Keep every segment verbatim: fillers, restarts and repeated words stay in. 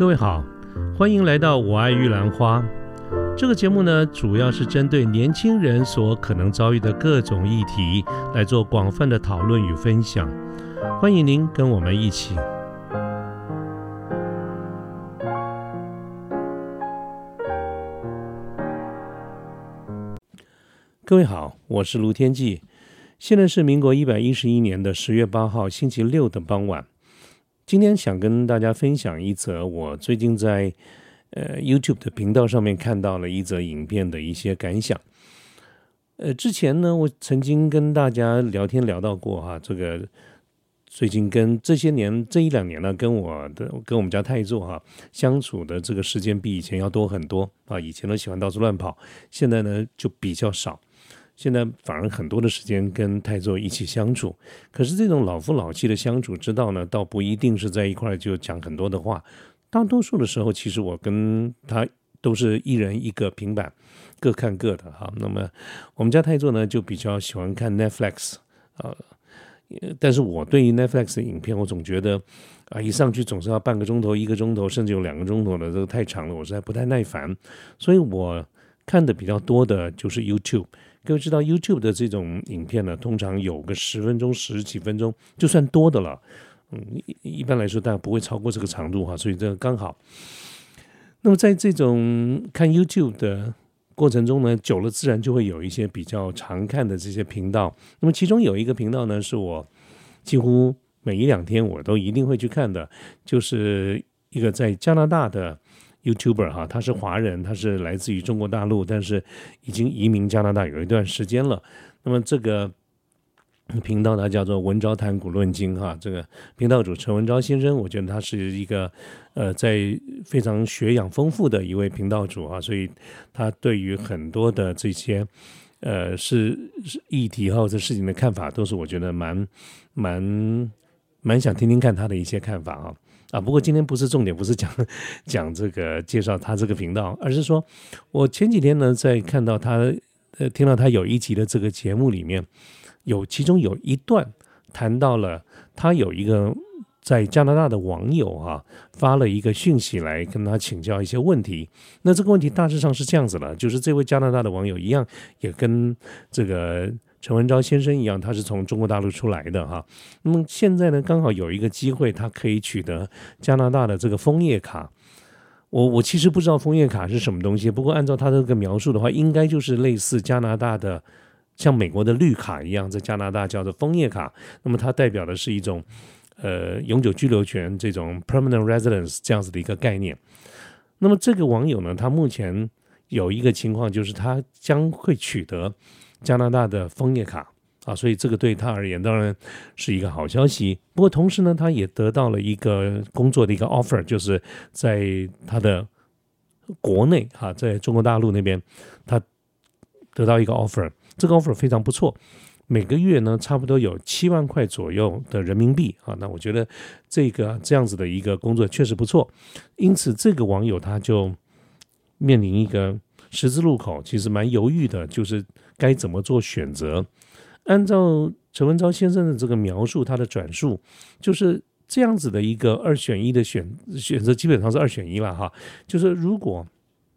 各位好，欢迎来到我爱玉兰花。这个节目呢，主要是针对年轻人所可能遭遇的各种议题来做广泛的讨论与分享。欢迎您跟我们一起。各位好，我是卢天记。现在是民国一百一十一年的十月八号星期六的傍晚。今天想跟大家分享一则我最近在呃 YouTube 的频道上面看到了一则影片的一些感想。呃，之前呢，我曾经跟大家聊天聊到过哈，这个最近跟这些年这一两年呢，跟我的跟我们家太座哈相处的这个时间比以前要多很多啊。以前都喜欢到处乱跑，现在呢就比较少。现在反而很多的时间跟太座一起相处，可是这种老夫老妻的相处之道呢，倒不一定是在一块就讲很多的话。大多数的时候，其实我跟他都是一人一个平板，各看各的哈。那么我们家太座呢，就比较喜欢看 Netflix 啊、呃，但是我对于 Netflix 的影片，我总觉得啊，一上去总是要半个钟头、一个钟头，甚至有两个钟头的，这个太长了，我实在不太耐烦，所以我看的比较多的就是 YouTube。各位知道 YouTube 的这种影片呢，通常有个十分钟、十几分钟，就算多的了。嗯，一般来说，大家不会超过这个长度哈，所以这个刚好。那么在这种看 YouTube 的过程中呢，久了自然就会有一些比较常看的这些频道。那么其中有一个频道呢，是我几乎每一两天我都一定会去看的，就是一个在加拿大的YouTuber 哈，他是华人，他是来自于中国大陆，但是已经移民加拿大有一段时间了。那么这个频道它叫做文昭谈古论今哈，这个频道主陈文昭先生，我觉得他是一个呃在非常学养丰富的一位频道主啊，所以他对于很多的这些呃是议题或者事情的看法，都是我觉得蛮蛮蛮想听听看他的一些看法啊。啊，不过今天不是重点，不是讲讲这个介绍他这个频道，而是说我前几天呢，在看到他呃听到他有一集的这个节目里面，有其中有一段谈到了他有一个在加拿大的网友啊发了一个讯息来跟他请教一些问题。那这个问题大致上是这样子了，就是这位加拿大的网友一样，也跟这个陈文昭先生一样，他是从中国大陆出来的哈。那么现在呢，刚好有一个机会，他可以取得加拿大的这个枫叶卡。我我其实不知道枫叶卡是什么东西，不过按照他这个描述的话，应该就是类似加拿大的，像美国的绿卡一样，在加拿大叫做枫叶卡。那么它代表的是一种呃永久居留权，这种 permanent residence 这样子的一个概念。那么这个网友呢，他目前有一个情况，就是他将会取得加拿大的枫叶卡啊，所以这个对他而言当然是一个好消息。不过同时呢，他也得到了一个工作的一个 offer， 就是在他的国内啊，在中国大陆那边，他得到一个 offer， 这个 offer 非常不错，每个月呢差不多有七万块左右的人民币啊。那我觉得这个这样子的一个工作确实不错，因此这个网友他就面临一个十字路口，其实蛮犹豫的，就是该怎么做选择。按照陈文昭先生的这个描述，他的转述就是这样子的一个二选一的选选择，基本上是二选一了哈。就是如果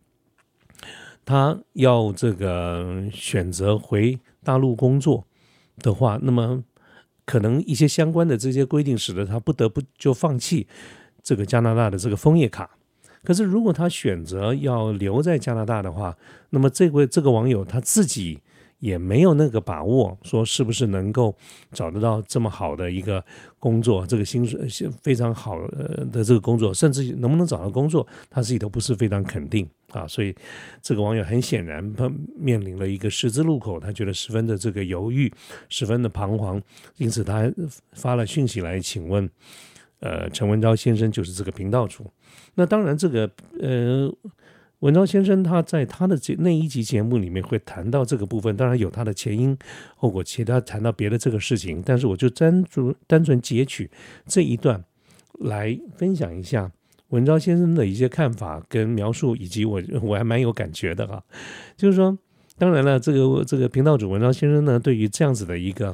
他要这个选择回大陆工作的话，那么可能一些相关的这些规定使得他不得不就放弃这个加拿大的这个枫叶卡。可是如果他选择要留在加拿大的话，那么这位这个网友他自己也没有那个把握，说是不是能够找得到这么好的一个工作，这个薪水非常好的这个工作，甚至能不能找到工作，他自己都不是非常肯定啊。所以这个网友很显然他面临了一个十字路口，他觉得十分的这个犹豫，十分的彷徨，因此他发了讯息来请问呃陈文昭先生，就是这个频道主。那当然这个呃文昭先生他在他的那一集节目里面会谈到这个部分，当然有他的前因后果，其他谈到别的这个事情，但是我就单纯单纯截取这一段来分享一下文昭先生的一些看法跟描述，以及我我还蛮有感觉的哈。就是说当然了，这个这个频道主文昭先生呢，对于这样子的一个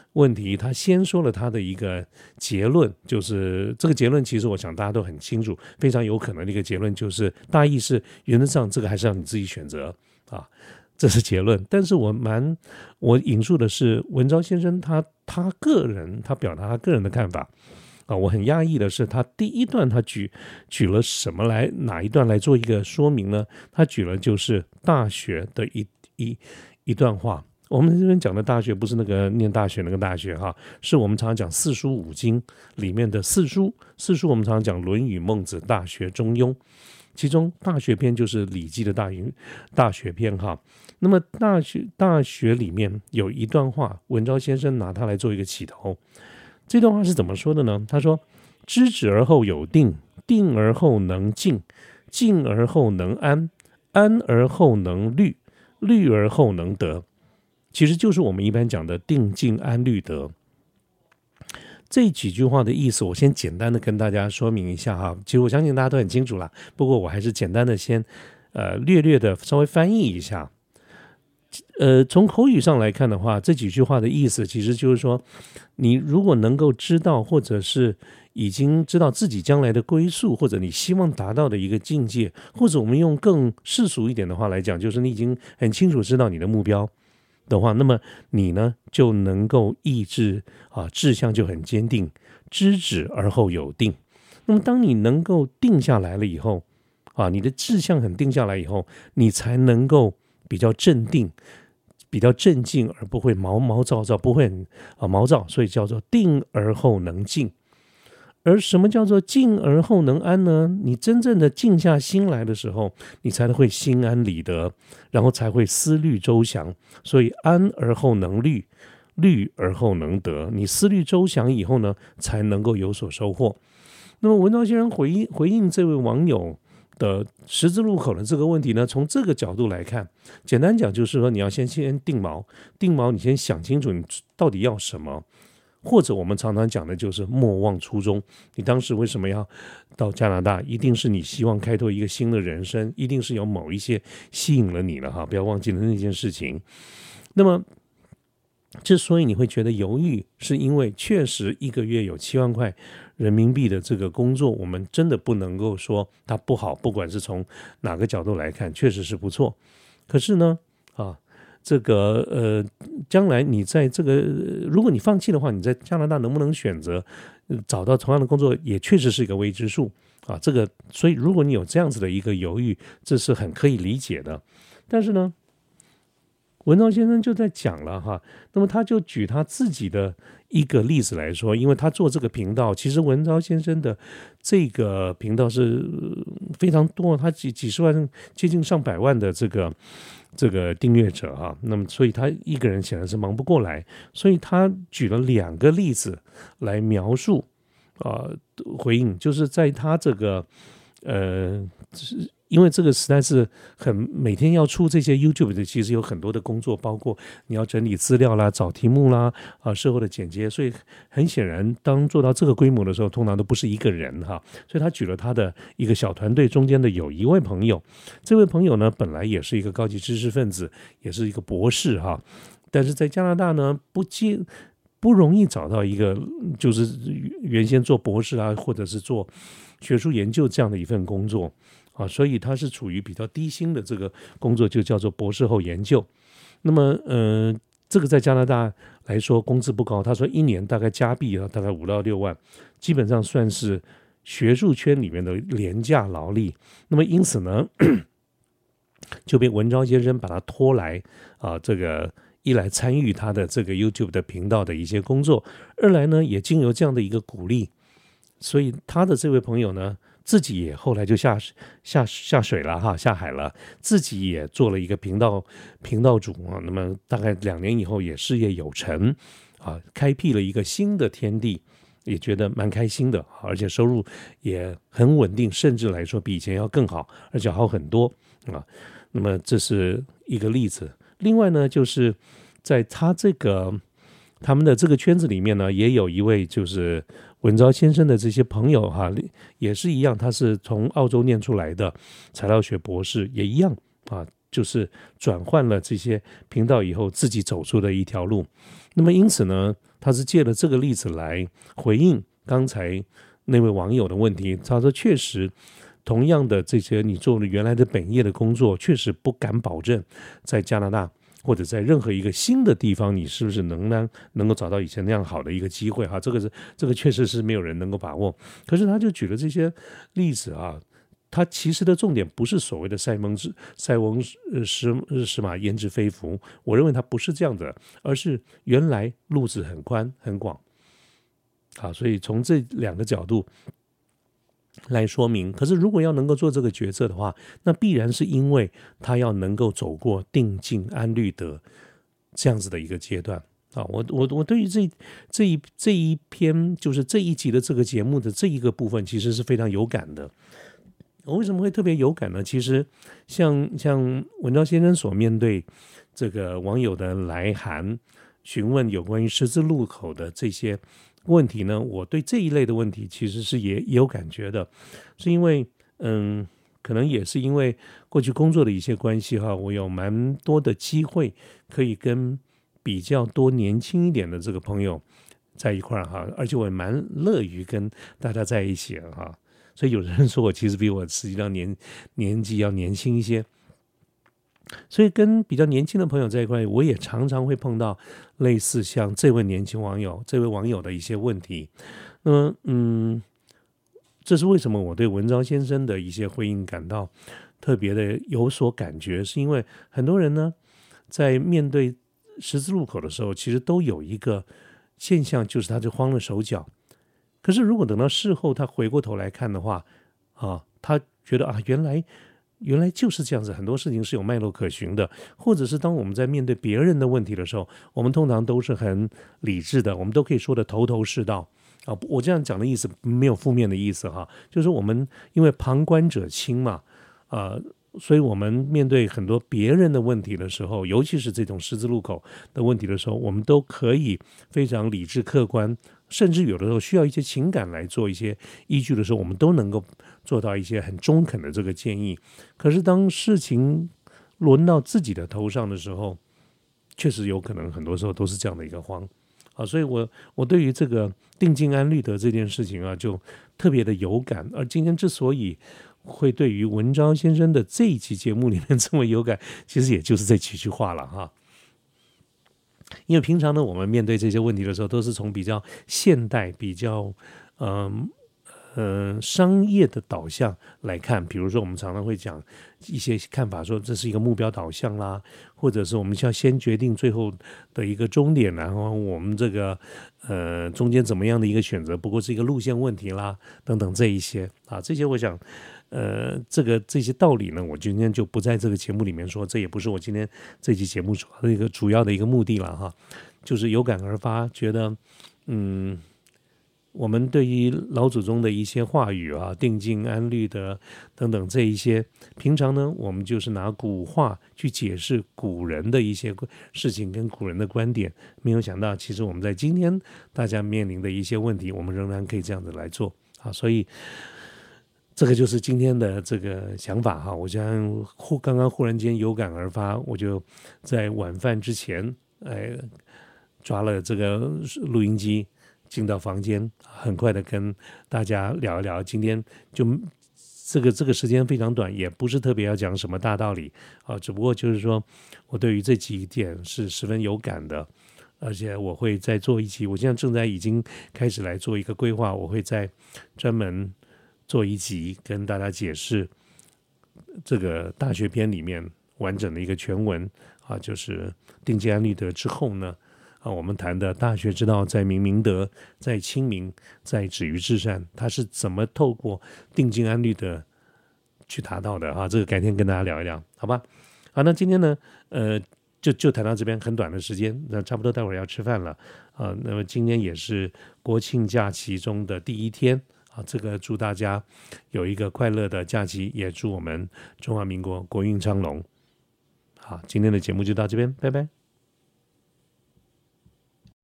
问题，他先说了他的一个结论，就是这个结论其实我想大家都很清楚，非常有可能的一个结论就是大意是原则上这个还是让你自己选择啊，这是结论。但是我蛮我引述的是文昭先生他他个人他表达他个人的看法啊，我很讶异的是他第一段他举举了什么来哪一段来做一个说明呢？他举了就是大学的一一一段话。我们这边讲的大学不是那个念大学那个大学哈，是我们常常讲四书五经里面的四书。四书我们常常讲论语、孟子、大学、中庸，其中大学篇就是礼记的大大学篇哈。那么大学大学里面有一段话，文昭先生拿它来做一个起头。这段话是怎么说的呢？他说：知止而后有定，定而后能静，静而后能安，安而后能虑，虑而后能得。其实就是我们一般讲的定静安虑得。这几句话的意思我先简单的跟大家说明一下哈，其实我相信大家都很清楚啦，不过我还是简单的先呃略略的稍微翻译一下。呃，从口语上来看的话，这几句话的意思其实就是说，你如果能够知道或者是已经知道自己将来的归宿，或者你希望达到的一个境界，或者我们用更世俗一点的话来讲，就是你已经很清楚知道你的目标的话，那么你呢就能够意志啊志向就很坚定，知止而后有定。那么当你能够定下来了以后啊，你的志向很定下来以后，你才能够比较镇定，比较镇静，而不会毛毛躁躁，不会很啊毛躁，所以叫做定而后能静。而什么叫做静而后能安呢？你真正的静下心来的时候，你才会心安理得，然后才会思虑周详。所以安而后能虑，虑而后能得。你思虑周详以后呢，才能够有所收获。那么文昭先生回应回应这位网友的十字路口的这个问题呢，从这个角度来看，简单讲就是说，你要先先定锚，定锚你先想清楚你到底要什么。或者我们常常讲的就是莫忘初衷，你当时为什么要到加拿大？一定是你希望开拓一个新的人生，一定是有某一些吸引了你了哈，不要忘记了那件事情。那么之所以你会觉得犹豫，是因为确实一个月有七万块人民币的这个工作，我们真的不能够说它不好，不管是从哪个角度来看，确实是不错。可是呢，啊。这个呃，将来你在这个，如果你放弃的话，你在加拿大能不能选择找到同样的工作，也确实是一个未知数啊。这个，所以如果你有这样子的一个犹豫，这是很可以理解的。但是呢，文昭先生就在讲了哈，那么他就举他自己的一个例子来说，因为他做这个频道，其实文昭先生的这个频道是非常多，他几几十万、接近上百万的这个。这个订阅者哈，那么所以他一个人显然是忙不过来，所以他举了两个例子来描述啊、呃、回应，就是在他这个呃，因为这个实在是很每天要出这些 YouTube 的，其实有很多的工作，包括你要整理资料啦、找题目啦、啊事后的剪接，所以很显然，当做到这个规模的时候，通常都不是一个人哈。所以他举了他的一个小团队中间的有一位朋友，这位朋友呢本来也是一个高级知识分子，也是一个博士哈，但是在加拿大呢不接。不容易找到一个就是原先做博士啊，或者是做学术研究这样的一份工作啊，所以他是处于比较低薪的这个工作，就叫做博士后研究。那么，呃，这个在加拿大来说工资不高，他说一年大概加币啊，大概五到六万，基本上算是学术圈里面的廉价劳力。那么因此呢，就被文昭先生把他拖来啊，这个。一来参与他的这个 YouTube 的频道的一些工作，二来呢也经由这样的一个鼓励，所以他的这位朋友呢自己也后来就下下下水了哈，下海了，自己也做了一个频道频道主啊。那么大概两年以后也事业有成啊，开辟了一个新的天地，也觉得蛮开心的，而且收入也很稳定，甚至来说比以前要更好，而且好很多啊。那么这是一个例子。另外呢，就是在他这个他们的这个圈子里面呢，也有一位就是文昭先生的这些朋友哈，也是一样，他是从澳洲念出来的材料学博士，也一样啊， 就是转换了这些频道以后自己走出的一条路。那么因此呢，他是借了这个例子来回应刚才那位网友的问题。他说确实同样的这些你做了原来的本业的工作，确实不敢保证在加拿大或者在任何一个新的地方，你是不是能能能够找到以前那样好的一个机会哈？这个是这个确实是没有人能够把握。可是他就举了这些例子啊，他其实的重点不是所谓的塞翁之塞翁失失马焉知非福，我认为他不是这样的，而是原来路子很宽很广。好，所以从这两个角度来说明。可是如果要能够做这个决策的话，那必然是因为他要能够走过定静安虑得这样子的一个阶段啊。我我我对于这这一这一篇就是这一集的这个节目的这一个部分，其实是非常有感的。我为什么会特别有感呢？其实像像文昭先生所面对这个网友的来函，询问有关于十字路口的这些问题呢，我对这一类的问题其实是也也有感觉的，是因为嗯，可能也是因为过去工作的一些关系哈，我有蛮多的机会可以跟比较多年轻一点的这个朋友在一块儿哈，而且我也蛮乐于跟大家在一起哈。所以有人说我其实比我实际上年年纪要年轻一些，所以跟比较年轻的朋友在一块，我也常常会碰到类似像这位年轻网友、这位网友的一些问题。那么，嗯，这是为什么我对文昭先生的一些回应感到特别的有所感觉，是因为很多人呢，在面对十字路口的时候，其实都有一个现象，就是他就慌了手脚。可是如果等到事后他回过头来看的话，啊，他觉得啊，原来原来就是这样子，很多事情是有脉络可循的，或者是当我们在面对别人的问题的时候，我们通常都是很理智的，我们都可以说的头头是道啊。我这样讲的意思没有负面的意思哈，就是我们因为旁观者清嘛，啊。所以我们面对很多别人的问题的时候，尤其是这种十字路口的问题的时候，我们都可以非常理智客观，甚至有的时候需要一些情感来做一些依据的时候，我们都能够做到一些很中肯的这个建议。可是当事情轮到自己的头上的时候，确实有可能很多时候都是这样的一个慌啊。所以我我对于这个定静安虑得这件事情啊，就特别的有感。而今天之所以会对于文昭先生的这一期节目里面这么有感，其实也就是这几句话了哈。因为平常呢，我们面对这些问题的时候，都是从比较现代、比较嗯呃、嗯、商业的导向来看。比如说，我们常常会讲一些看法，说这是一个目标导向啦，或者是我们需要先决定最后的一个终点，然后我们这个呃中间怎么样的一个选择，不过是一个路线问题啦，等等这一些啊，这些我想。呃，这个这些道理呢，我今天就不在这个节目里面说，这也不是我今天这期节目主要的一个主要的一个目的了哈，就是有感而发，觉得嗯，我们对于老祖宗的一些话语啊，定静安虑得等等这一些，平常呢，我们就是拿古话去解释古人的一些事情跟古人的观点，没有想到，其实我们在今天大家面临的一些问题，我们仍然可以这样子来做啊，所以。这个就是今天的这个想法哈，我想忽刚刚忽然间有感而发，我就在晚饭之前，哎，抓了这个录音机进到房间，很快的跟大家聊一聊。今天就这个这个时间非常短，也不是特别要讲什么大道理啊，只不过就是说我对于这几点是十分有感的。而且我会再做一期，我现在正在已经开始来做一个规划，我会再专门做一集跟大家解释这个大学篇里面完整的一个全文啊，就是定静安虑得之后呢，啊，我们谈的大学之道在明明德，在亲民，在止于至善，它是怎么透过定静安虑得去达到的啊？这个改天跟大家聊一聊，好吧？好，那今天呢，呃，就就谈到这边，很短的时间，那差不多待会儿要吃饭了啊。那么今天也是国庆假期中的第一天。这个祝大家有一个快乐的假期，也祝我们中华民国国运昌隆。好，今天的节目就到这边，拜拜。